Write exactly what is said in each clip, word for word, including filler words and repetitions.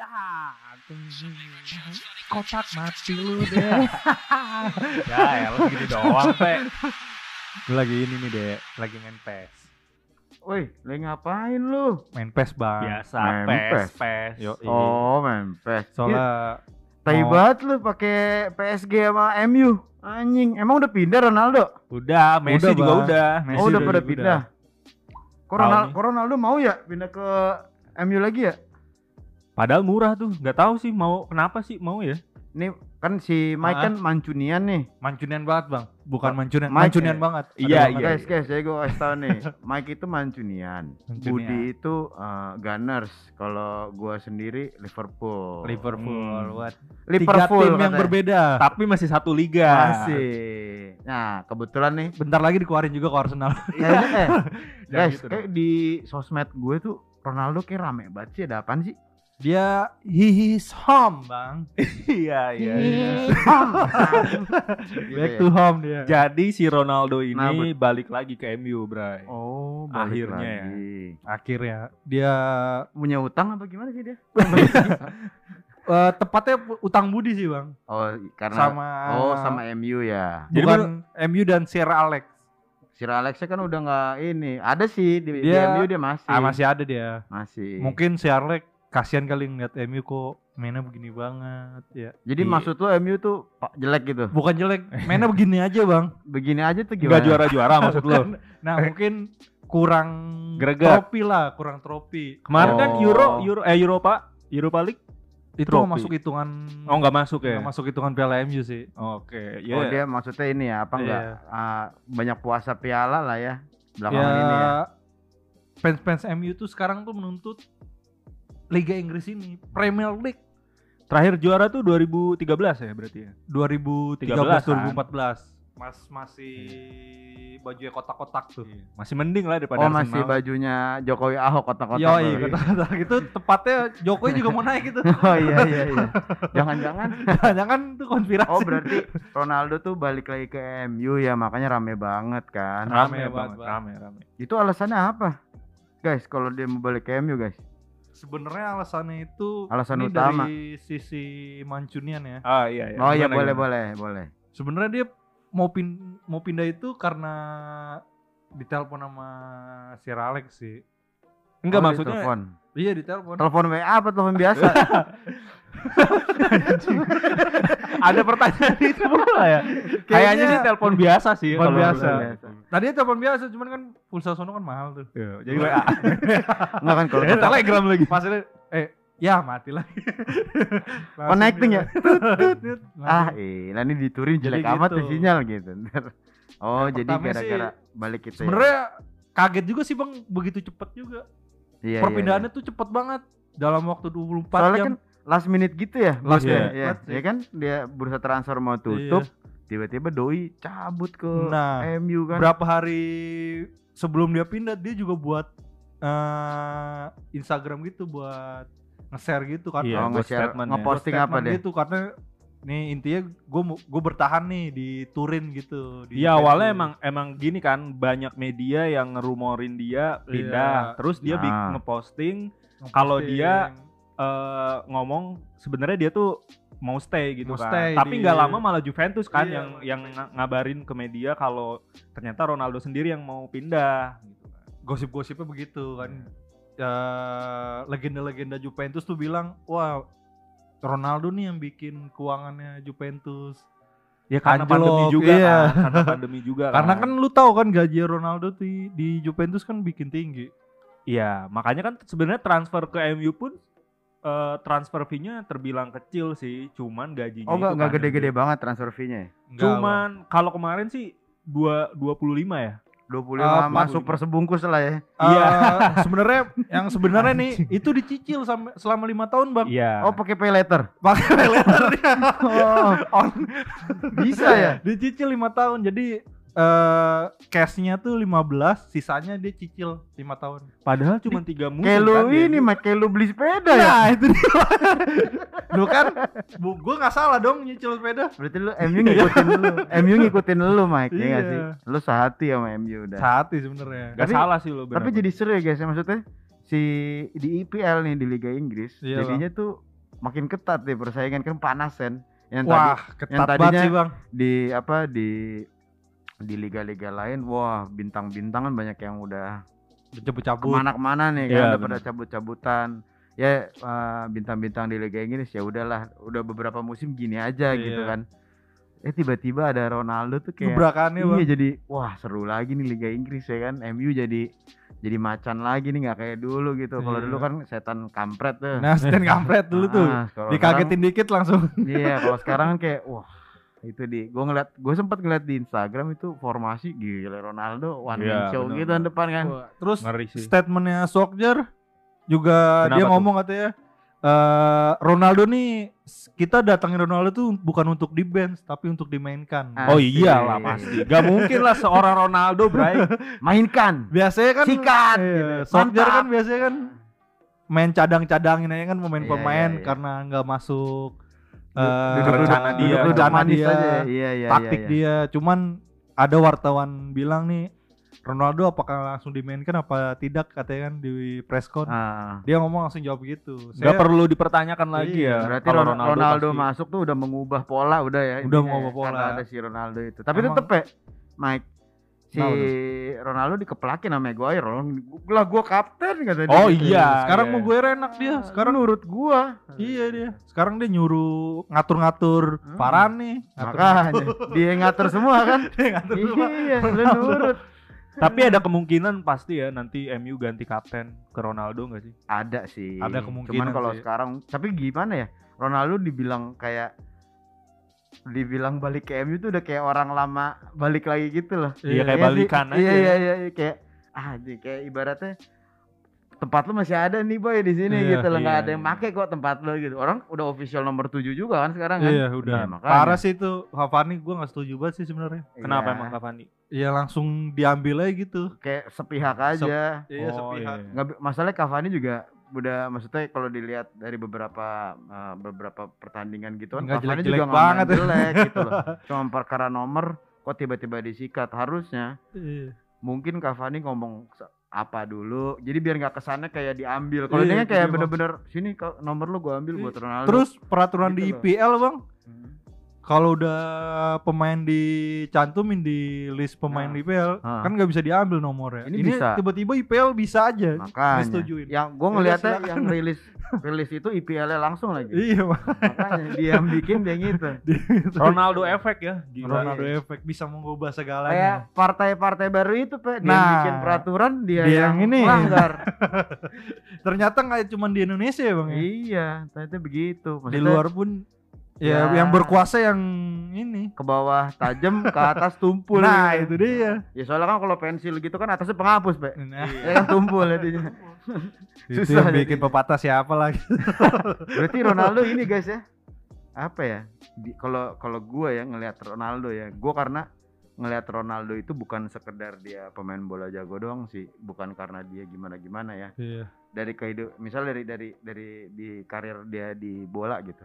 Ya, kotak mati lu deh. Ya, elah gini doang, Pe. Gue lagi ini nih, Dek. Lagi main P E S. Woi, lagi ngapain lu? Main P E S, Bang. Biasa, Main P E S, P E S. P E S. Yo, Oh, main P E S. soalnya Tai mau- banget lu pakai P S G sama M U. Anjing, emang udah pindah Ronaldo? Udah, Messi Udah, juga Bang. udah. Messi Oh, udah juga pada udah. pindah. Kok Tahu Ronaldo, nih. kok Ronaldo mau ya pindah ke M U lagi ya? Padahal murah tuh. Nggak tahu sih mau kenapa sih mau ya. Ini kan si Mike Ah. kan Mancunian nih. Mancunian banget, Bang. Bukan Mancunian, Mike Mancunian ya? banget. Iya, Ada iya. banget. Guys, guys, saya gue kasih tau nih. Mike itu Mancunian. Mancunian. Budi itu uh, Gunners. Kalau gua sendiri Liverpool. Liverpool, Hmm. what? Liverpool Tiga tim yang katanya. berbeda. Tapi masih satu liga. Masih. Nah, kebetulan nih. Bentar lagi dikeluarin juga ke Arsenal. Kayaknya eh Jangan guys, gitu kayak di sosmed gue tuh Ronaldo kayak rame banget sih. Ada apaan sih? Dia he is home, Bang. Iya, iya. iya. Gitu Back ya. to home dia. Jadi si Ronaldo ini Nah, bet- balik lagi ke M U, Bray. Oh, balik Akhirnya ya. lagi. Akhirnya dia Punya utang apa gimana sih dia? eh, tepatnya utang budi sih, Bang. Oh, karena Sama oh sama M U ya. Jadi bukan M U dan Sir Alex. Sir Alexnya kan udah nggak ini. Ada sih di, di Dia- M U dia masih. Ah, masih ada dia. Masih. Mungkin Sir Alex kasihan kali ngeliat M U kok mainnya begini banget ya. Jadi Iya. maksud lo M U tuh pak jelek gitu. Bukan jelek, mainnya begini aja, Bang. Begini aja tuh Nggak gimana? juara-juara maksud lo. Nah, mungkin kurang Greget. trofi lah, kurang trofi. Kemarin kan Oh. Euro Euro eh Europa Europa League. Itu trofi. nggak masuk hitungan. Oh, nggak masuk ya. nggak masuk hitungan Piala M U sih. Oke, Oh ya. dia maksudnya ini ya apa enggak Iya. ah, banyak puasa piala lah ya Ya, belakangan ini ya. fans-fans M U tuh sekarang tuh menuntut Liga Inggris ini, Premier League Terakhir juara tuh dua ribu tiga belas ya berarti ya. dua ribu tiga belas dua ribu tiga empat belas. Mas masih bajunya kotak-kotak tuh. Masih mending lah daripada Oh masih Arsenal. bajunya Jokowi Ahok kotak-kotak. Yoi, tuh. kotak-kotak itu tepatnya Jokowi juga mau naik gitu. Oh iya iya iya. Jangan-jangan. Jangan tuh konspirasi. Oh berarti Ronaldo tuh balik lagi ke M U ya makanya rame banget kan. Rame, Rame banget, banget, Bang. rame, rame. Itu alasannya apa? Guys, kalau dia mau balik ke M U guys. Sebenarnya alasannya itu Alasan ini utama. dari sisi Mancunian ya. Ah iya iya. Oh iya Gimana, boleh gimana? boleh boleh. Sebenarnya dia mau pin mau pindah itu karena ditelepon sama Sir Alex sih. Enggak Oh, maksudnya ditelepon. Iya ditelepon. Telepon W A apa telepon biasa? ada pertanyaan itu pula ya. Kayaknya sih telepon biasa sih. Telepon kalau biasa. menurut gue. Tadi telepon biasa cuman kan pulsa sono kan mahal tuh. Iya, jadi W A. Enggak kan kalau Eh, Telegram lagi. Pas ini eh ya mati lagi. Langsung Connecting dia- ya? Ah, Langsung. iya, ini diturin Jadi jelek amat gitu. tuh sinyal gitu. Ntar. Oh, Yang jadi pertama gara-gara sih, balik itu. ya? Sebenarnya kaget juga sih Bang begitu cepet juga. Iya, iya, Perpindahannya iya. tuh cepet banget dalam waktu dua puluh empat Soalnya jam. kan last minute gitu ya. Last Iya, minute iya. banget sih. Ya kan dia bursa transfer mau tutup, tiba-tiba Doi cabut ke Nah, M U kan. Berapa hari sebelum dia pindah dia juga buat eh, Instagram gitu buat nge-share gitu kan. Iya, Oh, buat nge-share, statement ya. ngeposting apa Statement deh? gitu karena nih intinya gue gue bertahan nih di Turin gitu. di Iya, awalnya Juventus. emang emang gini kan, banyak media yang ngerumorin dia pindah. Iya. Terus dia Nah. bikin ngeposting Ngeposting. kalau dia eh, ngomong sebenarnya dia tuh mau stay gitu Mau kan. stay Tapi di- nggak lama malah Juventus kan Iya, yang malah yang ng- ngabarin ke media kalau ternyata Ronaldo sendiri yang mau pindah gitu kan. gosip-gosipnya begitu kan. Ya, legenda-legenda Juventus tuh bilang, wah Ronaldo nih yang bikin keuangannya Juventus. Ya karena Anjlok, pandemi juga iya. kan, karena pandemi juga kan. Karena kan lu tahu kan gaji Ronaldo di, di Juventus kan bikin tinggi. Iya, makanya kan sebenarnya transfer ke M U pun eh, transfer fee-nya terbilang kecil sih, cuman gajinya Oh, enggak itu enggak kan gede-gede yang- banget transfer fee-nya ya. Enggak, Cuman kalau kemarin sih dua dua puluh lima ya. dua puluh lima Ah, masuk per sebungkus lah ya. Bang. Iya. Eh, sebenarnya yang sebenarnya nih itu dicicil sampai selama lima tahun bang. Iya. Oh, pakai pay letter. Pakai pay letter dia. Oh, On- bisa ya? Dicicil lima tahun. Jadi eh cashnya tuh lima belas, sisanya dia cicil lima tahun. Padahal cuma tiga musim Kayak lu kan dia. ini, Mak, kayak lu beli sepeda ya. Nah itu dia. Lu kan, bu, gue nggak salah dong nyicil sepeda. Berarti lu M U ngikutin lu. M U ngikutin lu, Mike, ya nggak Iya. sih? Lu sehati sama M U udah. Sehati sebenarnya. Gak Tapi- salah sih lo. Tapi jadi seru ya guys, ya maksudnya si di I P L nih di Liga Inggris, Iya, jadinya tuh makin ketat deh persaingan kan panas kan. Yang Wah, tadi ketat yang banget tadinya sih, Bang. di apa di di liga-liga lain, wah bintang-bintang kan banyak yang udah Cabut-cabut. kemana-kemana nih kan, Iya, udah pada bener. cabut-cabutan. Ya eh, bintang-bintang di Liga Inggris ya udahlah, udah beberapa musim gini aja gitu Iya. kan. Eh tiba-tiba ada Ronaldo tuh kayak Gebrakannya, Bang. iya jadi wah seru lagi nih Liga Inggris ya kan. M U jadi jadi macan lagi nih, nggak kayak dulu gitu. Kalau Iya. dulu kan setan kampret tuh. Nah, stand kampret dulu tuh. Ah, kalau Dikagetin dikit langsung. sekarang- Iya, kalau sekarang kan kayak wah itu di gue ngeliat gue sempat ngeliat di Instagram itu formasi gila Ronaldo one man Iya, show bener, gitu kan depan kan. Wah, terus Ngeri sih. statementnya Solskjaer juga Kenapa dia tuh? ngomong katanya eh Ronaldo nih, kita datangin Ronaldo tuh bukan untuk di bench tapi untuk dimainkan. Ah. Oh Asik. iyalah pasti. Gak mungkin lah seorang Ronaldo, Bray. Mainkan. Biasanya kan Sikat, iya, gitu. Solskjaer Mantap. kan biasanya kan main cadang-cadangin aja kan pemain-pemain Iya, iya, iya. karena nggak masuk Du- eh, duduk-duduk- rencana dia, duduk-duduk rencana manis dia, aja. Iya, iya, taktik iya, iya. dia. Cuman ada wartawan bilang nih Ronaldo apakah langsung dimainkan apa tidak katanya kan di press con. Ah. Dia ngomong langsung jawab gitu. Gak perlu dipertanyakan lagi Iya, ya. Berarti Kalau Ronaldo, Ronaldo pasti- masuk tuh udah mengubah pola udah ya. Udah intinya mengubah ya, pola. Karena ada si Ronaldo itu. Tapi Emang- tetep ya, Mike, si Kenapa Ronaldo dikeplakin sama Maguire. Lah gua kapten kata dia. Oh gitu. iya. Sekarang iya. mau gue enak dia. Sekarang nurut gua. iya dia. Sekarang dia nyuruh ngatur-ngatur Hmm. Varane, Makanya dia yang ngatur semua kan. dia ngatur semua. Iya, lu nurut. Tapi ada kemungkinan pasti ya nanti M U ganti kapten ke Ronaldo gak sih? Ada sih. Ada kemungkinan Cuman kalau sih. sekarang, tapi gimana ya? Ronaldo dibilang kayak dibilang balik ke M U tuh udah kayak orang lama balik lagi gitu loh. Iya, kayak Iya balikan sih. aja. Iya iya iya iya, kayak ah jadi kayak ibaratnya tempat lu masih ada nih boy di sini Iya, gitu loh, nggak iya, ada yang iya. make kok tempat lu gitu. Orang udah official nomor tujuh juga kan sekarang kan. Iya udah. Iya, makanya. Parah sih itu Cavani, gue nggak setuju banget sih sebenarnya. Kenapa Iya, emang Cavani? Ya langsung diambil aja gitu. kayak sepihak aja. Iya Oh, sepihak. iya. Nggak bi- masalahnya Cavani juga udah maksudnya kalau dilihat dari beberapa uh, beberapa pertandingan gitu kan Nggak Cavani jelek-jelek juga nggak main banget ya. jelek gitu loh. Cuma perkara nomor kok tiba-tiba disikat. Harusnya Iya. mungkin Cavani ngomong se- apa dulu jadi biar nggak kesannya kayak diambil. Kalau Iya, ini kan kayak jadi bener-bener sini kok nomor lu gua ambil buat Ronaldo. Terus peraturan di Gitu I P L bang, Hmm. kalau udah pemain dicantumin di list pemain Nah. I P L, Ah. kan nggak bisa diambil nomornya. Ini Ini, bisa. tiba-tiba I P L bisa aja. Makanya disetujuin. yang gua Ya ngeliatnya udah, silakan. yang rilis rilis itu I P L-nya langsung lagi. Iya bang. Makanya dia yang bikin dia gitu. Ronaldo efek ya. Gila. Ronaldo efek bisa mengubah Kayak segalanya. partai-partai baru itu Pak, dia Nah, bikin peraturan dia, dia yang yang ini. melanggar. Ternyata nggak cuma di Indonesia ya bang. Ya? Iya, ternyata begitu. Di Maksudnya luar pun ya, Ya. yang berkuasa yang ini. ke bawah tajam, ke atas tumpul. Nah gitu. itu dia. Ya soalnya kan kalau pensil gitu kan atasnya penghapus, Pak. Nah, Ya kan tumpul jadinya. itu Susah yang bikin jadinya. pepatah siapa lagi? Berarti Ronaldo ini guys ya. Apa ya? Di- Kalau kalau gua ya ngelihat Ronaldo ya, gua karena ngelihat Ronaldo itu bukan sekedar dia pemain bola jago doang sih, bukan karena dia gimana-gimana ya. Iya. Dari kehidup misal dari dari dari di karir dia di bola gitu.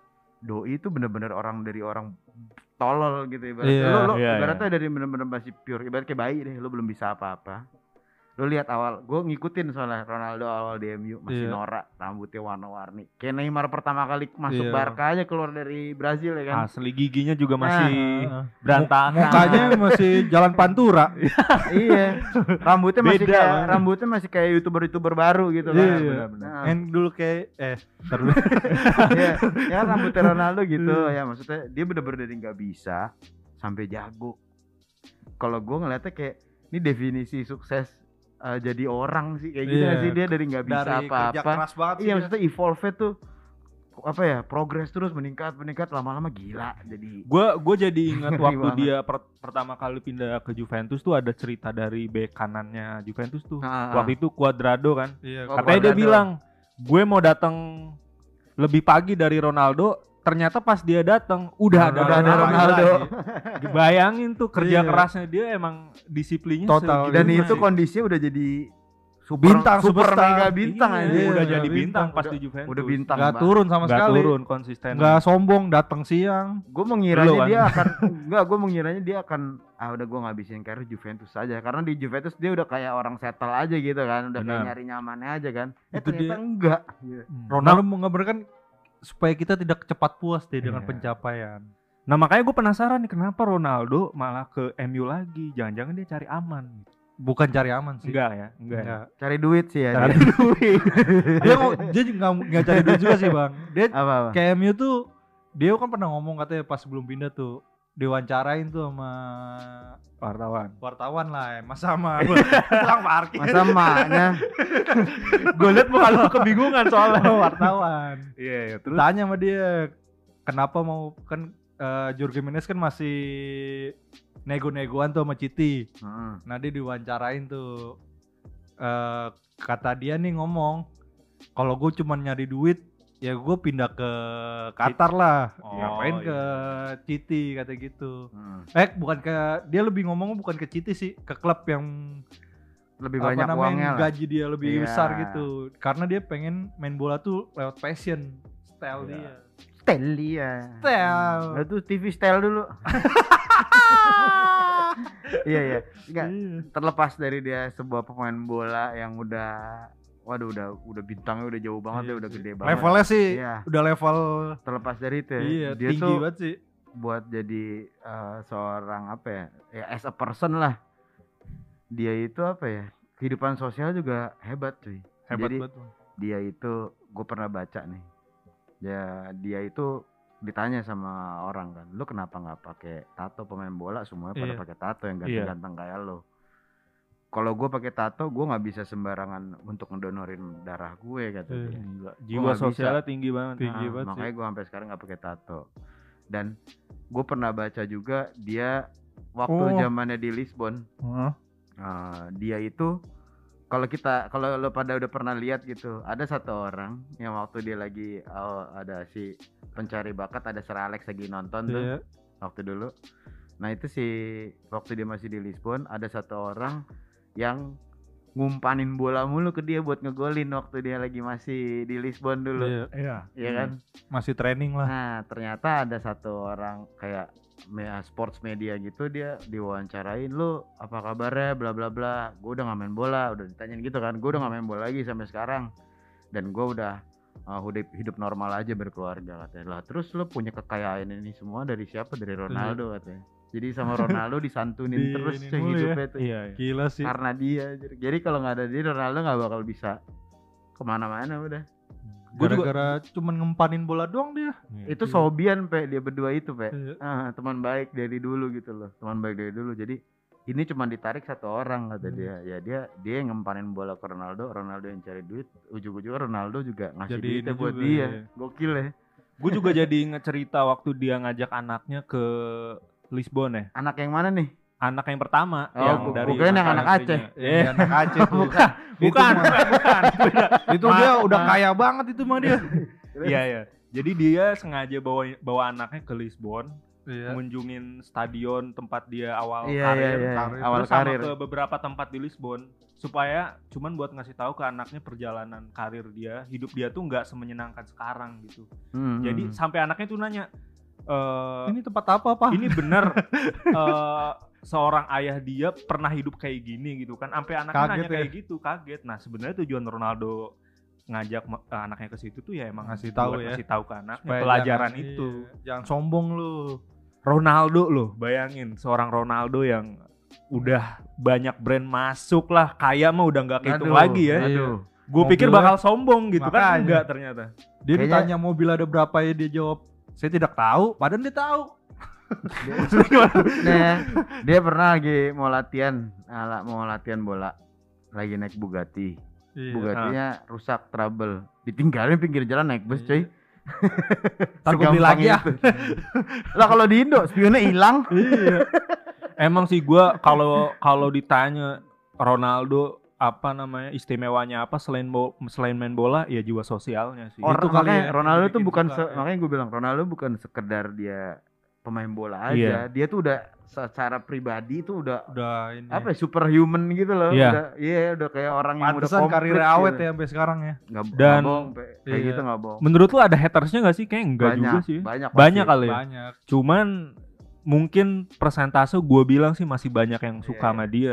Doi itu bener-bener orang dari orang tolol gitu ibaratnya. Iya, Lu, lu iya, ibaratnya dari bener-bener masih pure, ibarat kayak bayi deh, lu belum bisa apa-apa. Lu lihat awal, gue ngikutin soalnya Ronaldo awal di M U masih Iya. norak, rambutnya warna-warni. Kayak Neymar pertama kali masuk Iya. Barca aja keluar dari Brazil ya kan. Asli giginya juga masih Nah, berantakan. mukanya masih jalan pantura. Iya. Rambutnya masih Beda, kayak Bang. rambutnya masih kayak YouTuber-YouTuber baru gitu kan. Iya. benar-benar. Nah, Yang dulu kayak eh ntar dulu. Iya, ya kan rambutnya Ronaldo gitu ya, maksudnya dia bener-bener dari nggak bisa sampai jago. Kalau gue ngeliatnya kayak ini definisi sukses eh, jadi orang sih kayak gitu Iya. nggak sih, dia dari nggak bisa Dari kerja apa-apa. keras banget sih Iya dia. maksudnya evolve tuh apa ya, progres terus meningkat meningkat lama-lama gila jadi. Gue gue jadi ingat Ngeri waktu banget. dia per- pertama kali pindah ke Juventus tuh ada cerita dari bek kanannya Juventus tuh. Nah, Waktu itu Cuadrado kan. Iya. Oh, Katanya dia Cuadrado. bilang, gue mau datang lebih pagi dari Ronaldo. Ternyata pas dia datang udah ada udah ada Ronaldo. Ronaldo. Bayangin tuh kerja Iya. kerasnya dia emang disiplinnya Total. segitu Dan Iya itu sih. kondisinya udah jadi super, Bintang, super superstar. mega bintang Iya, aja. Iya, udah udah jadi bintang, bintang. pas Udah- di Juventus. Udah bintang. Nggak banget. turun sama Nggak sekali. turun konsisten. Nggak sombong, datang siang. Gue mengiranya Lu kan? dia akan enggak, gue mengiranya dia akan ah udah gue ngabisin karir Juventus saja karena di Juventus dia udah kayak orang settle aja gitu kan, udah kayak Benar. nyari nyamannya aja kan. Eh Itu ternyata dia. enggak. Ronaldo mengabarkan supaya kita tidak cepat puas deh dengan Iya. pencapaian. Nah makanya gue penasaran nih kenapa Ronaldo malah ke M U lagi. Jangan-jangan dia cari aman. Bukan cari aman sih. Enggak ya, enggak. ya? Enggak. Cari duit sih ya. Cari dia. duit. dia mau, dia nggak nggak cari duit juga sih bang. Dia Apa-apa? ke M U tuh dia kan pernah ngomong katanya pas sebelum pindah tuh diwawancarain tuh sama Wartawan. wartawan lah, mas sama tukang parkir. Masa maknya Gue liat muka lu kebingungan soalnya. wartawan. Iya, iya. Terus Tanya sama dia kenapa mau kan uh, Jorge Mendes kan masih nego-negoan tuh sama Citi. Heeh. Nah dia diwawancarain tuh uh, kata dia nih ngomong kalau gue cuma nyari duit ya gue pindah ke Qatar lah. Oh, Ngapain iya. ke Citi kata gitu. Hmm. Eh bukan ke dia lebih ngomong bukan ke Citi sih, ke klub yang Lebih apa banyak namanya, uangnya lah. gaji dia lebih Iya. besar gitu. Karena dia pengen main bola tuh lewat passion, style Iya. dia. Style ya. Style. Nah, tuh T V style dulu. Iya iya. Enggak, terlepas dari dia sebuah pemain bola yang udah waduh udah udah bintangnya udah jauh banget Iya ya, udah sih. gede banget. Levelnya sih Iya. udah level Terlepas dari itu ya, iya, dia tinggi tuh banget sih. buat jadi eh, seorang apa ya? Ya as a person lah. Dia itu apa ya? Kehidupan sosial juga hebat cuy. Hebat Jadi, banget. Bang. dia itu gue pernah baca nih. Ya dia itu ditanya sama orang kan, lu kenapa nggak pakai tato? Pemain bola semuanya pada Iya. pakai tato yang Iya. ganteng-ganteng kayak lo. Kalau gue pakai tato, gue nggak bisa sembarangan untuk ngedonorin darah gue kata Iya. dia. Gila. Gua Jiwa nggak bisa. sosialnya tinggi banget. Tinggi Nah, banget makanya sih. gue sampai sekarang nggak pakai tato. Dan gue pernah baca juga dia waktu Oh. zamannya di Lisbon, Heeh. uh, dia itu kalau kita kalau lo pada udah pernah lihat gitu, ada satu orang yang waktu dia lagi oh, ada si pencari bakat, ada Sir Alex lagi nonton tuh Iya. waktu dulu. Nah itu si waktu dia masih di Lisbon, ada satu orang yang ngumpanin bola mulu ke dia buat ngegolin waktu dia lagi masih di Lisbon dulu. Iya. Iya. Iya kan? Masih training lah. Nah ternyata ada satu orang kayak me- sports media gitu, dia diwawancarain, lu apa kabarnya bla bla bla. Gue udah nggak main bola, udah ditanyain gitu kan. Gue udah nggak main bola lagi sampai sekarang, dan gue udah uh, hidup hidup normal aja berkeluarga katanya. Lah terus lu punya kekayaan ini semua dari siapa? Dari Ronaldo katanya. Jadi sama Ronaldo disantunin Di- terus ini ya mulu ya. hidupnya tuh. Iya. iya. Gila sih. Karena dia. Jadi, jadi kalau nggak ada dia, Ronaldo nggak bakal bisa kemana-mana udah. Gua juga- Gara-gara cuman ngempanin bola doang dia. Itu Iya. sobian pe, dia berdua itu pe. Iya. Ah, teman baik dari dulu gitu loh, teman baik dari dulu. Jadi ini cuma ditarik satu orang kata Hmm. dia. Ya dia dia yang ngempanin bola ke Ronaldo, Ronaldo yang cari duit. Ujung-ujungnya Ronaldo juga ngasih Jadi duitnya ini buat juga, dia. iya. Gokil ya. Gue juga jadi ngecerita waktu dia ngajak anaknya ke Lisbon ya. Anak yang mana nih? Anak yang pertama Oh, yang bu- dari bukan yang anak aslinya. Aceh. Eh, Yang anak Aceh tuh. bukan, Itu bukan, mah- bukan, bukan. Beda. Itu dia udah kaya banget itu mah dia. Iya, iya. Jadi dia sengaja bawa bawa anaknya ke Lisbon, Iya. ngunjungin stadion tempat dia awal Iya, karir, iya, iya. karir. Awal terus sama karir. ke beberapa tempat di Lisbon supaya cuman buat ngasih tahu ke anaknya perjalanan karir dia, hidup dia tuh nggak semenyenangkan sekarang gitu. Hmm, Jadi hmm. sampai anaknya tuh nanya, eh Ini tempat apa pak? ini bener eh, seorang ayah dia pernah hidup kayak gini gitu kan, sampai anaknya Kaget nanya ya. kayak gitu, kaget. Nah sebenarnya tujuan Ronaldo ngajak ma- eh, anaknya ke situ tuh ya emang Ngasih tahu buat ya. ngasih tahu ke anaknya Supaya pelajaran jangan- itu. iya, jangan sombong lu. Ronaldo loh, bayangin seorang Ronaldo yang udah banyak brand masuk lah, kaya mah udah nggak kehitung Aduh, lagi ya. Aduh. Gue pikir Mobilnya- bakal sombong gitu kan, Makanya. enggak ternyata. Dia Kayaknya- ditanya mobil ada berapa ya, dia jawab saya tidak tahu. Padahal dia tahu. Nah, dia pernah lagi mau latihan, ala- mau latihan bola, lagi naik Bugatti. Iya. Bugatti-nya rusak, trouble. Ditinggalin pinggir jalan naik bus, coy. Ntar gua beli Segampang lagi ya. itu. Lah kalau di Indo spionnya hilang. Iya. Emang sih gua kalau kalau ditanya Ronaldo apa namanya istimewanya apa selain bo- selain main bola ya jiwa sosialnya sih. Orang Itu kali makanya ya, Ronaldo yang tuh bikin bukan suka, se- ya. makanya gue bilang Ronaldo bukan sekedar dia pemain bola aja. Iya. Dia tuh udah secara pribadi tuh udah Udah ini. apa ya, superhuman gitu loh. Iya. Udah iya udah kayak orang yang udah Pantesan komplit karirnya awet gitu. ya sampai sekarang ya. Nggak, Dan- nggak bohong, Pe. kayak Iya. gitu nggak bohong. Menurut lu ada hatersnya gak sih? Kayak enggak Banyak, juga sih. banyak, Banyak pasti. kali ya. Banyak. Cuman mungkin persentase gue bilang sih masih banyak yang suka Iya, sama dia sih.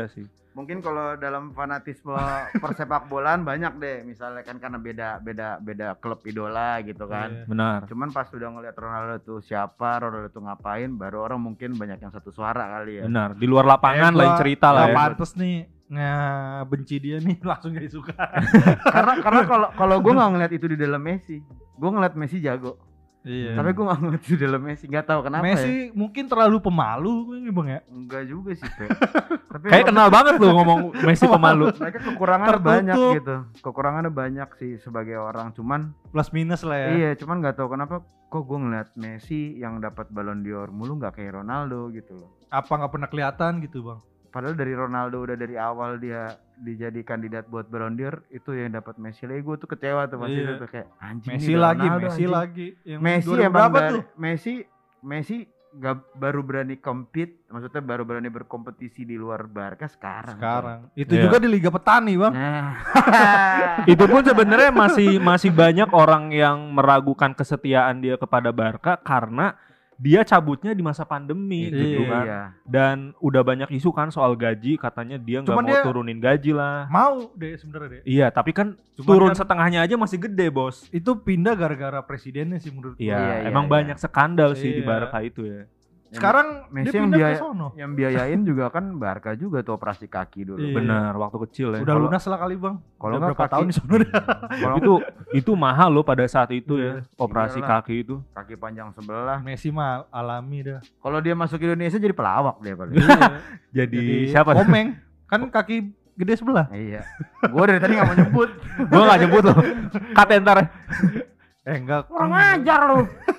Mungkin kalau dalam fanatisme persepak bolaan banyak deh, misalnya kan karena beda beda beda klub idola gitu kan. Iya. Benar. Cuman pas udah ngeliat Ronaldo tuh siapa, Ronaldo tuh ngapain, baru orang mungkin banyak yang satu suara kali ya. Benar. Di luar lapangan Kayak lain gua cerita lah nggak ya. pantes nih ngebenci dia nih langsung gak suka. karena karena kalau kalau gue nggak ngeliat itu di dalam Messi, gue ngeliat Messi jago. Iya. Tapi gue nggak ngeliat itu di dalam Messi, nggak tahu kenapa ya. Messi mungkin terlalu pemalu nih Bang ya. Enggak juga sih, Pe. Tapi Kayak emang kenal banget lu ngomong Messi pemalu. mereka kekurangannya Tertutup. banyak gitu. Kekurangannya banyak sih sebagai orang, cuman Plus minus lah ya. iya, cuman nggak tahu kenapa kok gue ngeliat Messi yang dapat Ballon d'Or mulu nggak kayak Ronaldo gitu loh. Apa nggak pernah kelihatan gitu Bang? Padahal dari Ronaldo udah dari awal dia dijadi kandidat buat Ballon d'Or, itu yang dapat Messi lagi. Gue tuh kecewa tuh pasti Iya. tuh kayak anjing Messi ini udah lagi, Ronaldo, Messi anjing. lagi. Yang Messi dua ribu emang berapa dari- tuh? Messi Messi gak baru berani compete, maksudnya baru berani berkompetisi di luar Barca sekarang. Sekarang. Itu Iya. juga di Liga Petani Bang. Nah. Itu pun sebenarnya masih masih banyak orang yang meragukan kesetiaan dia kepada Barca karena dia cabutnya di masa pandemi Itu gitu dia. kan. Iya. Dan udah banyak isu kan soal gaji, katanya dia nggak Cuman mau dia- turunin gaji lah. Mau deh sebenarnya deh. Iya, tapi kan Cuman turun kan setengahnya aja masih gede, Bos. itu pindah gara-gara presidennya sih menurut Iya, Iya, iya, emang iya. banyak skandal sih di Iya. Barca itu ya. Sekarang Messi dia yang pindah biaya- ke sono. Yang biayain juga kan Barca juga tuh operasi kaki dulu. Iya. Benar, waktu kecil ya. Udah Kalau- lunas lah kali Bang. kalau Udah nggak berapa kaki- tahun di sono dia. Kalau itu itu mahal loh pada saat itu Iya. ya, operasi Iyalah. kaki itu. kaki panjang sebelah. Messi mah alami dah. Kalau dia masuk Indonesia jadi pelawak dia paling. Iya. Jadi, Jadi siapa? Komeng. Kan kaki gede sebelah. Iya. Gua dari tadi nggak mau nyebut. Gua nggak nyebut loh. Kata ntar. Eh enggak. Kurang ajar lu.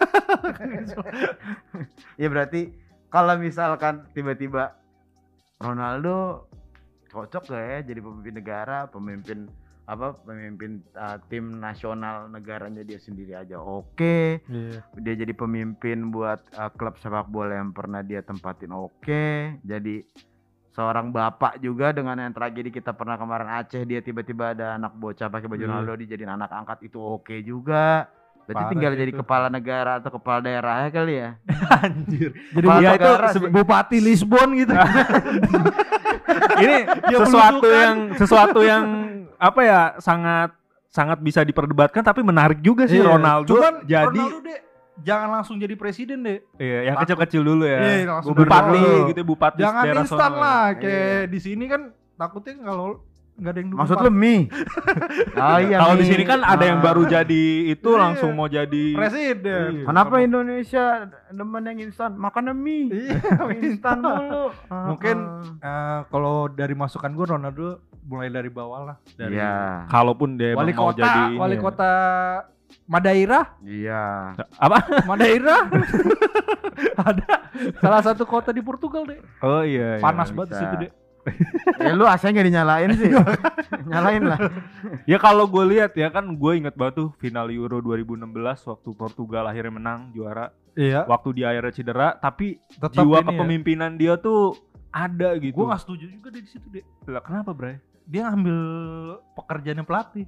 Ya berarti kalau misalkan tiba-tiba Ronaldo cocok gak ya jadi pemimpin negara, pemimpin apa pemimpin uh, tim nasional negaranya dia sendiri aja oke. Iya. Dia jadi pemimpin buat uh, klub sepak bola yang pernah dia tempatin oke. Jadi seorang bapak juga dengan yang tragedi kita pernah kemarin Aceh, dia tiba-tiba ada anak bocah pakai baju Iya. Ronaldo dijadiin anak angkat, itu oke juga. Berarti Parah tinggal sih jadi itu. kepala negara atau kepala daerahnya kali ya. Anjir. Jadi Kepala dia itu negara sebe- sih. Bupati Lisbon gitu. Ini Dia sesuatu belusukan. yang sesuatu yang apa ya, sangat sangat bisa diperdebatkan tapi menarik juga sih Iya. Ronaldo. Cuman jadi Ronaldo deh jangan langsung jadi presiden deh. iya, yang Takut. kecil-kecil dulu ya. Iya, langsung Bupati dari dulu. gitu, bupati Jangan daerah instan sono. lah kayak Iya. di sini kan takutnya kalau nggak ada yang dukung. Maksud Pak. lu mie? Oh iya. Kalau di mie. sini kan ada yang Ah. baru jadi itu Iya. langsung mau jadi presiden. Iya. Kenapa Indonesia demen yang instan? Makan mie. Iya, Instan mulu. Mungkin Ah, eh, kalau dari masukan gue Ronaldo mulai dari bawah lah. Dari Iya. kalaupun dia wali emang mau kota, jadi ini wali ya. kota Madeira, Iya. Apa? Madeira. Ada salah satu kota di Portugal deh. Oh iya. iya. Panas banget di bisa. situ deh. Eh lu A C nggak dinyalain sih? Nyalain lah. Ya kalau gue lihat ya kan, gue inget banget tuh final Euro dua ribu enam belas waktu Portugal akhirnya menang juara. Iya. Waktu dia akhirnya cedera, tapi Tetap jiwa ini ya. kepemimpinan dia tuh ada gitu. Gue nggak setuju juga deh di situ deh. Lah, kenapa, Bray? Dia ngambil pekerjaannya pelatih.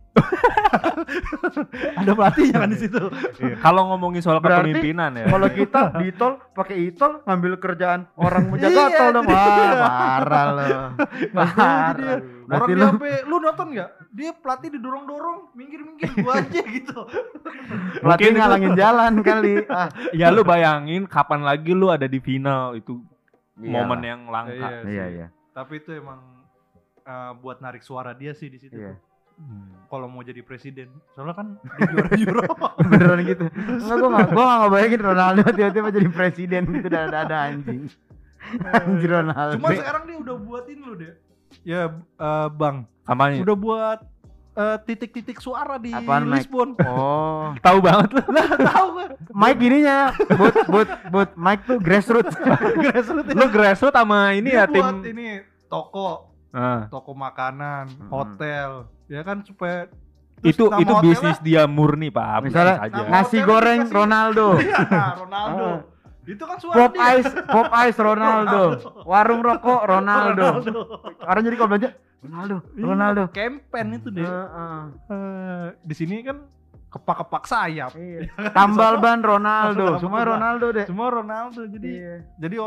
Ada pelatihnya kan di situ. Iya. Kalau ngomongin soal Berarti kepemimpinan ya. Kalau kita di tol pakai e-tol ngambil kerjaan orang menjaga Iya, tol dong. itu Wah, dia. parah lo. Parah. dia. Berarti Orang lu dia sampai lu nonton nggak? Dia pelatih didorong-dorong, minggir-minggir gua aja gitu. pelatih Mungkin itu- ngalangin jalan kali. Ah, Ya lu bayangin kapan lagi lu ada di final, itu momen iyalah. yang langka. Iya, Iya, sih. iya. Tapi itu emang eh, buat narik suara dia sih di situ. Iya. tuh. Kalau mau jadi presiden, soalnya kan dia juara Euro. Beneran gitu. Enggak, gua enggak gua enggak ngebayangin Ronaldo tiba-tiba jadi presiden gitu, ada-ada anjing. Anjir Ronaldo. Cuma sekarang dia udah buatin lu deh. Ya eh, Bang, Kampanye. udah buat eh, titik-titik suara di Apaan, Mike? Lisbon. Oh, Tahu banget lu. Lah tahu kan? Mike gininya, but but but Mike tuh grassroots. Grassroots Lu grassroots sama ini dia ya buat tim. ini toko, Ah. toko makanan, Hmm. hotel, ya kan supaya terus Itu nama itu hotelnya- bisnis dia murni, Pak. Misalnya, Bisnis aja. nama Nasi hotelnya goreng dikasih- Ronaldo. Iya, Ronaldo. Ah. Itu kan suara Pop dia. ice, pop ice Ronaldo. Warung rokok Ronaldo. Orang jadi kalau belanja Ronaldo, Iya, Ronaldo. Campaign itu deh. Heeh. Eh, di sini kan kepak-kepak sayap. Iya. Tambal ban Ronaldo, Tambal semua ban. Ronaldo deh. Semua Ronaldo. Jadi Iya. jadi orang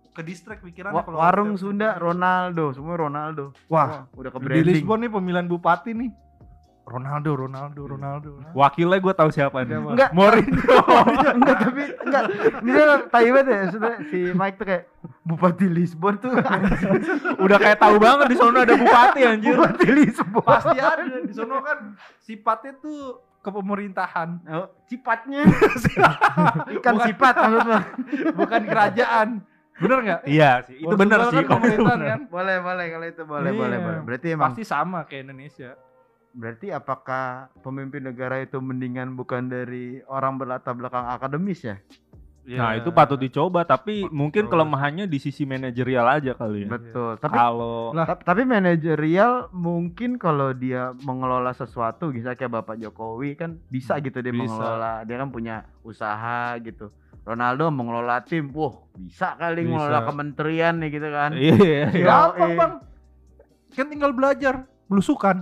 ke distrik pikirannya Wa- kalau warung setiap- Sunda Ronaldo, semua Ronaldo. Wah, udah ke di branding. Lisbon nih pemilihan bupati nih. Ronaldo, Ronaldo, Ronaldo. Wakilnya gue tahu siapa nih. Siapa? Enggak, Mourinho. enggak tapi enggak. Ini tuh tai banget ya, sudah si Mike tuh kayak Bupati Lisbon tuh. Udah kayak tahu banget di sana ada bupati anjir. Bupati Lisbon. Pasti ada di sono kan sifatnya tuh ke pemerintahan, Oh, sipatnya. Ikan Bukan. sifat maksudnya. bukan kerajaan. Bener nggak? Iya sih, itu Portugal benar kan sih. pemerintahan kan. Boleh, boleh kalau itu boleh, Iya. boleh, boleh. Berarti emang Pasti sama kayak Indonesia. berarti apakah pemimpin negara itu mendingan bukan dari orang berlatar belakang akademis ya? Nah, itu patut dicoba, tapi Patut mungkin dicoba. kelemahannya di sisi manajerial aja kali ya. Betul. Tapi Kalau Lah. Ta- tapi manajerial mungkin kalau dia mengelola sesuatu, misalnya kayak Bapak Jokowi kan bisa gitu dia Bisa. mengelola, dia kan punya usaha gitu. Ronaldo mengelola tim, wah bisa kali Bisa. mengelola kementerian nih gitu kan. iya, iya. Iya. Gampang eh. bang, kan tinggal belajar, belusukan.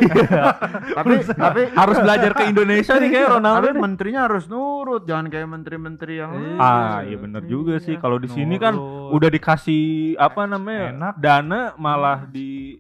Tapi tapi harus belajar ke Indonesia nih kayak Ronaldo. tapi menterinya harus nurut, jangan kayak menteri-menteri yang Iya. Ah, iya bener juga sih. Kalau di sini kan Nurut. udah dikasih apa namanya? Enak. Dana malah di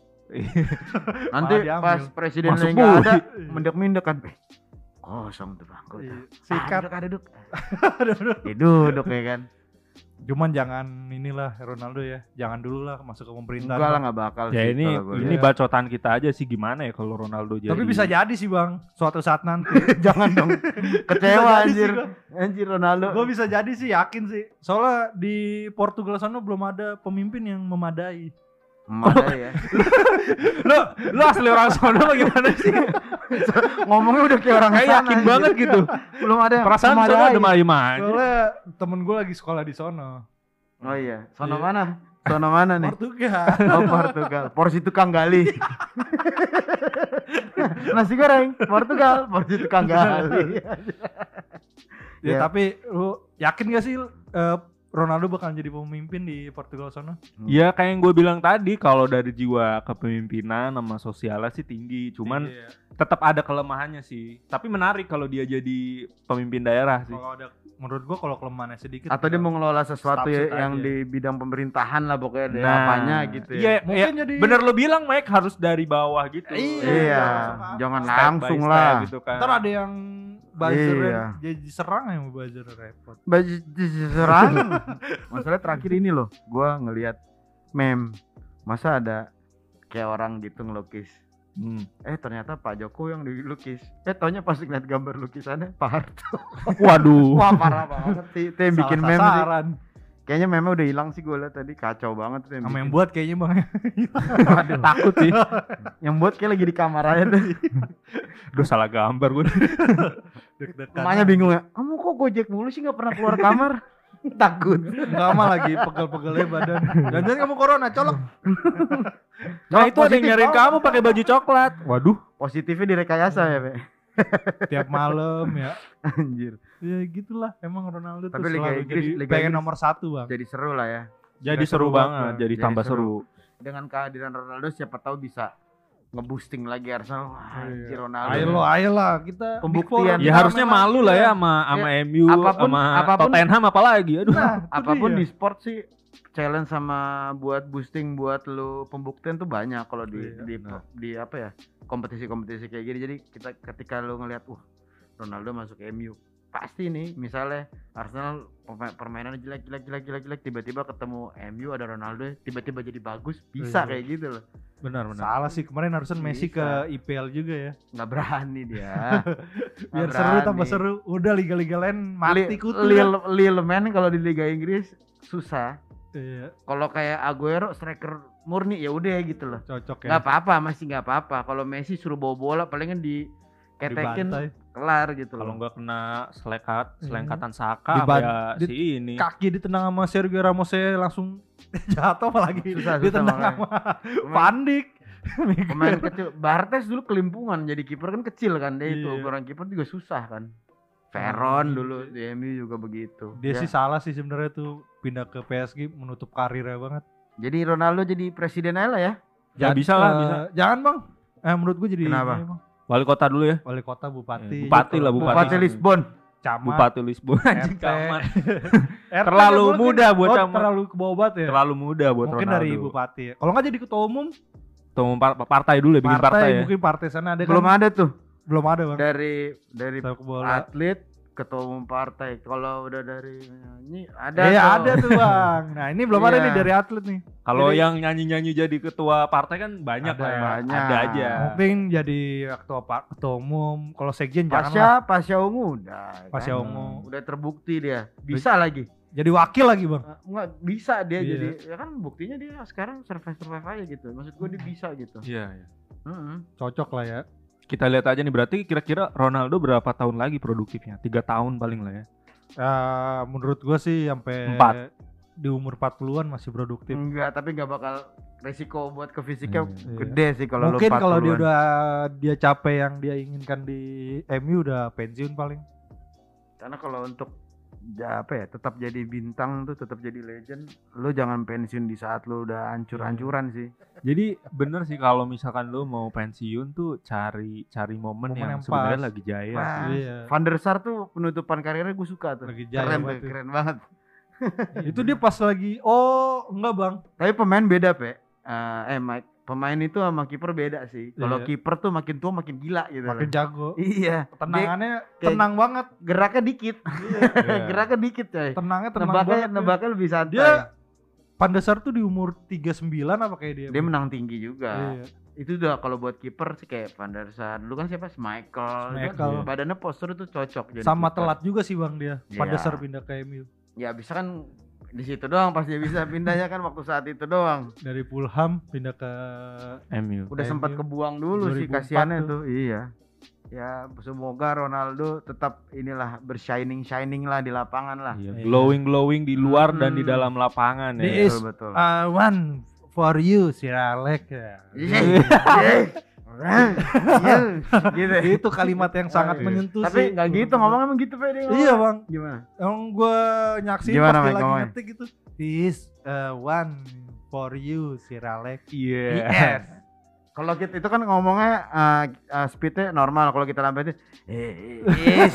nanti Malah diambil. pas presiden Masuk lagi nggak ada, bui. mendek-mendek kan. Eh, kosong tuh bangku. Iya. Sikat. Sikat. Duduk, duduk. Ya, duduk ya kan. Cuman jangan inilah Ronaldo ya, jangan dulu lah masuk ke pemerintahan. Enggak lah Bang. nggak bakal ya sih ini kalau gua ini lihat. bacotan kita aja sih gimana ya kalau Ronaldo jadi. Tapi bisa jadi sih bang, suatu saat nanti. Jangan dong. Kecewa Bisa jadi anjir. sih gua. Anjir Ronaldo. Gue bisa jadi sih, yakin sih. Soalnya di Portugal sana belum ada pemimpin yang memadai. Mana ya? Lo lo asli orang sono apa gimana sih? Ngomongnya udah kayak orang Kayak sana, yakin anjir. banget gitu. Belum ada yang Perasaan di sono memadai. ada main-main. Soalnya temen gue lagi sekolah di sono. Oh iya, sono Iya. mana? Sono mana nih? Portugal. Oh Portugal. Porsi tukang gali. Nasi goreng Portugal, porsi tukang gali. Ya, Ya. tapi lu yakin gak sih eh, Ronaldo bakal jadi pemimpin di Portugal sana? Ya kayak yang gue bilang tadi, kalau dari jiwa kepemimpinan sama sosialnya sih tinggi, cuman Iya. tetap ada kelemahannya sih. Tapi menarik kalau dia jadi pemimpin daerah sih. Kalau ada, menurut gua kalau kelemahannya sedikit. Atau dia ya, mengelola sesuatu Stafsus ya, yang aja. di bidang pemerintahan lah pokoknya ada Nah, apanya gitu ya. Iya, Mungkin iya, jadi. bener lo bilang Mike, harus dari bawah gitu. Iya. Iya, langsung jangan Step by langsung step lah. gitu kan. Ntar ada yang buzzer Iya. jadi diserang yang buzzer repot. Baju serang. Masalah terakhir ini loh, gua ngelihat meme. Masa ada kayak orang gitu ngelukis. Hmm. Eh ternyata Pak Jokowi yang dilukis. Eh taunya pas ngeliat gambar lukisannya Pak Harto. Waduh. Wah parah banget sih. Itu yang bikin Salah meme sih. sasaran. Kayaknya meme udah hilang sih gue liat tadi. Kacau banget tuh yang Sama yang bikin. buat kayaknya bang. Waduh, takut sih. Yang buat kayak lagi di kamar aja tuh. Udah salah gambar gue. Deg-degan. Emaknya bingung ya. Kamu kok gojek mulu sih nggak pernah keluar kamar? Takut. Enggak mah lagi pegel-pegelnya badan. Dan jangan kamu corona colok. Nah itu ada yang Positif nyariin banget. kamu pakai baju coklat. Waduh. Positifnya direkayasa ya, Pe. Tiap malam ya. Anjir. Ya gitulah emang Ronaldo Tapi tuh Liga selalu Inggris- jadi Liga pengen Inggris- nomor satu bang. Jadi seru lah ya. Jadi Udah seru seru banget, banget, jadi jadi tambah seru. seru. Dengan kehadiran Ronaldo siapa tahu bisa nge-boosting lagi Arsenal. Wah, anjir Iya. Ronaldo. Ayo lo, ayo lah kita Pembuktian. Big Four Ya kita harusnya main malu lagi lah ya sama sama M U, apapun- sama apapun- Tottenham apalagi. Aduh. Nah, itu Apapun dia. di sport sih challenge sama buat boosting buat lu pembuktian tuh banyak kalau di Iya, di, benar. di apa ya kompetisi-kompetisi kayak gini. Jadi kita ketika lu ngelihat wah Ronaldo masuk M U pasti nih misalnya Arsenal pema- permainannya jelek jelek jelek jelek jelek tiba-tiba ketemu M U ada Ronaldo tiba-tiba jadi bagus bisa Iya. kayak gitu loh. Benar benar. Salah sih kemarin harusnya Messi ke Bisa. I P L juga ya. Nggak berani dia. Biar Nggak seru tambah berani. seru. Udah liga-liga lain mati Li- kutu. Lil Lil Man kalau di Liga Inggris susah. Iya, Kalau kayak Aguero striker murni ya udah gitu loh. cocok ya. Nggak apa-apa masih nggak apa-apa. Kalau Messi suruh bawa bola palingan di ketekin Dibantai. kelar gitu Kalau loh. nggak kena selekat, Iya. selengkatan Saka Diban- apa ya di- si ini. Kaki ditendang sama Sergio Ramos langsung jatuh apalagi Susah, susah ditendang makanya. sama Pemain, Van Dijk. pemain kecil. Bartes dulu kelimpungan jadi kiper kan kecil kan dia itu Iya. ukuran kiper juga susah kan. Veron Hmm, dulu iya. di M U juga begitu. Dia Ya. sih salah sih sebenarnya tuh pindah ke P S G menutup karirnya banget. Jadi Ronaldo jadi presiden aja lah ya. Ya Jadi, bisa lah, eh, bisa. Jangan bang. Eh menurut gue jadi Kenapa? ini, Bang. Wali kota dulu ya. Wali kota bupati. Eh, bupati lah, Bupati Bupati. Lisbon. camat, Bupati Lisbon anjing R T. camat. R T Terlalu kan muda mungkin- buat oh, camat. terlalu kebawa banget ya. Terlalu muda buat Mungkin Ronaldo. dari bupati. Ya. Kalau nggak jadi ketua umum, Ketua umum par- partai dulu ya, bikin partai, ya. mungkin partai sana ada Belum kan? ada tuh Belum ada bang. dari dari Sepak bola. atlet ketua umum partai. Kalau udah dari nyanyi ada. Iya tuh. ada tuh bang. Nah ini belum ada Iya. nih dari atlet nih. Kalau Jadi- yang nyanyi-nyanyi jadi ketua partai kan banyak Ada, lah ya. banyak. Ada aja. Mungkin jadi ketua pak ketua umum. Kalau sekjen jangan lah. Pasya, Pasya Ungu udah. Pasya kan? Ungu. Udah terbukti dia. Bisa lagi. Jadi wakil lagi bang. Eh, Enggak bisa dia Iya. jadi ya kan buktinya dia sekarang survive survive aja gitu. Maksud gue dia bisa gitu. Iya, iya. Heeh. Cocok lah ya. Kita lihat aja nih, berarti kira-kira Ronaldo berapa tahun lagi produktifnya? Tiga tahun paling lah ya. Eh, menurut gua sih sampai Empat. di umur empat puluhan masih produktif. Enggak, tapi enggak bakal resiko buat ke fisiknya Iya. gede sih kalau lu Mungkin kalau dia empat puluhan. udah dia capek yang dia inginkan di M U udah pensiun paling. Karena kalau untuk ya apa ya, tetap jadi bintang tuh, tetap jadi legend, lu jangan pensiun di saat lu udah hancur-hancuran sih. Jadi bener sih kalau misalkan lu mau pensiun tuh cari cari momen, Momen yang, yang sebenarnya pas. lagi jaya Pas. sih. Iya. Van der Sar tuh penutupan karirnya gue suka tuh. Lagi jaya Keren, banget tuh, tuh. keren banget. Itu dia pas lagi oh enggak bang. Tapi pemain beda, Pe. Eh, eh Mike, pemain itu sama kiper beda sih. Kalau Iya. kiper tuh makin tua makin gila gitu. Makin loh. jago. Iya. Tenangannya kayak- tenang banget. Dia geraknya dikit. Iya. geraknya dikit, coy. Tenangnya tenang Nebaknya banget. ya. nebaknya lebih santai. Dia Van der Sar tuh di umur tiga puluh sembilan apa kayak dia? Dia menang tinggi juga. Iya. Itu udah kalau buat kiper sih kayak Van der Sar. Dulu kan siapa? Schmeichel. Itu Schmeichel. kan badannya postur itu cocok jadi Sama kiper. telat juga sih bang dia. Van der Iya. Sar pindah ke M U. Ya bisa kan di situ doang pas dia bisa pindahnya kan waktu saat itu doang. Dari Fulham pindah ke M U. Udah M U. sempat kebuang dulu sih dua ribu empat kasihannya tuh. tuh. Iya. Ya semoga Ronaldo tetap inilah bershining shining lah di lapangan lah. Iya, Iya. glowing glowing di luar dan di Hmm. dalam lapangan Di ya. is- Betul betul. Uh, one for you Sir Alex ya. Iya. Iya. Iya. Gitu. Itu kalimat yang sangat Iya. menyentuh Tapi sih. nggak gitu ngomong emang gitu Pe dia ngomong. Iya bang. Gimana? Emang gue nyaksin Gimana, pas dia Mike, lagi ngomongnya? ngetik gitu. This uh, one for you Sir Alex. Iya. Yes. Kalau kita itu kan ngomongnya uh, uh, speednya normal. Kalau kita lambatin, eh, yes.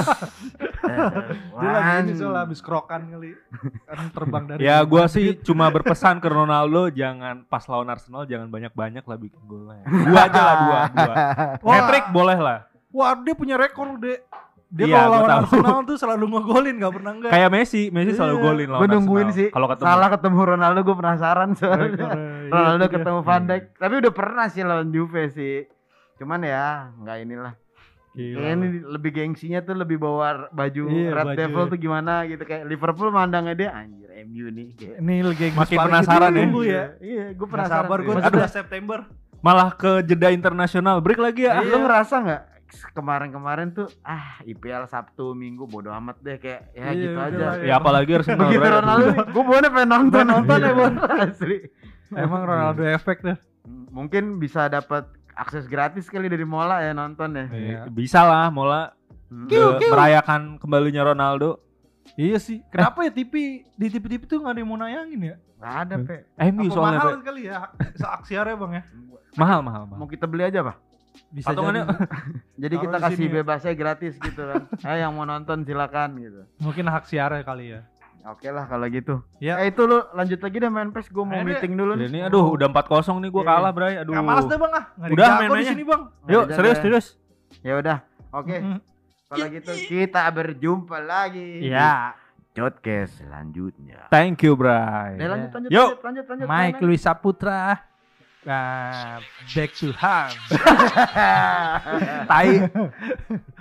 Dia lagi ini soal habis krokan kali. Kan terbang dari Ya gua Madrid. sih cuma berpesan ke Ronaldo jangan pas lawan Arsenal jangan banyak-banyak lah bikin golnya. Dua aja lah dua, dua. Wah. Hat-trick boleh lah. Wah dia punya rekor deh. Dia Iya, kalau gua lawan tahu. Arsenal tuh selalu ngegolin gak pernah enggak. Kayak Messi, Messi selalu Iya. golin lawan Gue nungguin Arsenal. sih. Kalau ketemu. Salah ketemu Ronaldo gue penasaran soalnya. Rekornya, Ronaldo iya, itu ketemu dia. Van Dijk. Tapi udah pernah sih lawan Juve sih. Cuman ya nggak inilah. Gila. Kayaknya ini lebih gengsinya tuh lebih bawa baju Iya, Red baju. Devil tuh gimana gitu kayak Liverpool mandangnya dia anjir M U nih. Kayak, Ini lagi Makin penasaran ya. ya. Iya, gue Nggak penasaran. sabar gue Maksudnya, sebelas September. Malah ke jeda internasional. Break lagi ya. lu ngerasa nggak kemarin-kemarin tuh ah I P L Sabtu Minggu bodo amat deh kayak ya Iya, gitu udah aja. lah, Ya apalagi Arsenal. Begitu berarti. Ronaldo, gue bener pengen nonton nonton ya Iya. buat asli. Emang Ronaldo efek deh. Mungkin bisa dapat akses gratis kali dari Mola ya nonton ya. Iya. Bisa lah, Mola Hmm. eh, merayakan kembalinya Ronaldo. Iya sih. Kenapa ya T V di T V-T V tuh nggak ada yang mau nayangin ya? Nggak ada pe. M U Apa soalnya mahal Pe. kali ya seaksiarnya bang ya? mahal mahal mahal. Mau kita beli aja pak. Bisa Patungannya jadi. Jadi Taruh kita di kasih sini ya. bebasnya gratis gitu kan. Eh yang mau nonton silakan gitu. Mungkin hak siarnya kali ya. Oke lah kalau gitu. Ya. Eh itu lu lanjut lagi deh main P E S. Gue mau Ayo deh. meeting dulu nih. Ini aduh udah empat kosong nih gua Iya. kalah, Bray. Aduh. Nggak malas deh bang ah. Nggak Udah, dijago main-mainnya. di sini bang. Yuk, Nggak serius ada. serius. Ya udah. Oke. Mm-mm. Kalau gitu kita berjumpa lagi. Iya. di Podcast selanjutnya. Thank you, Bray. Eh lanjut lanjut Yuk. lanjut lanjut lanjut. Mike main, Louis Saputra. Nah, back to Han. main. Tai.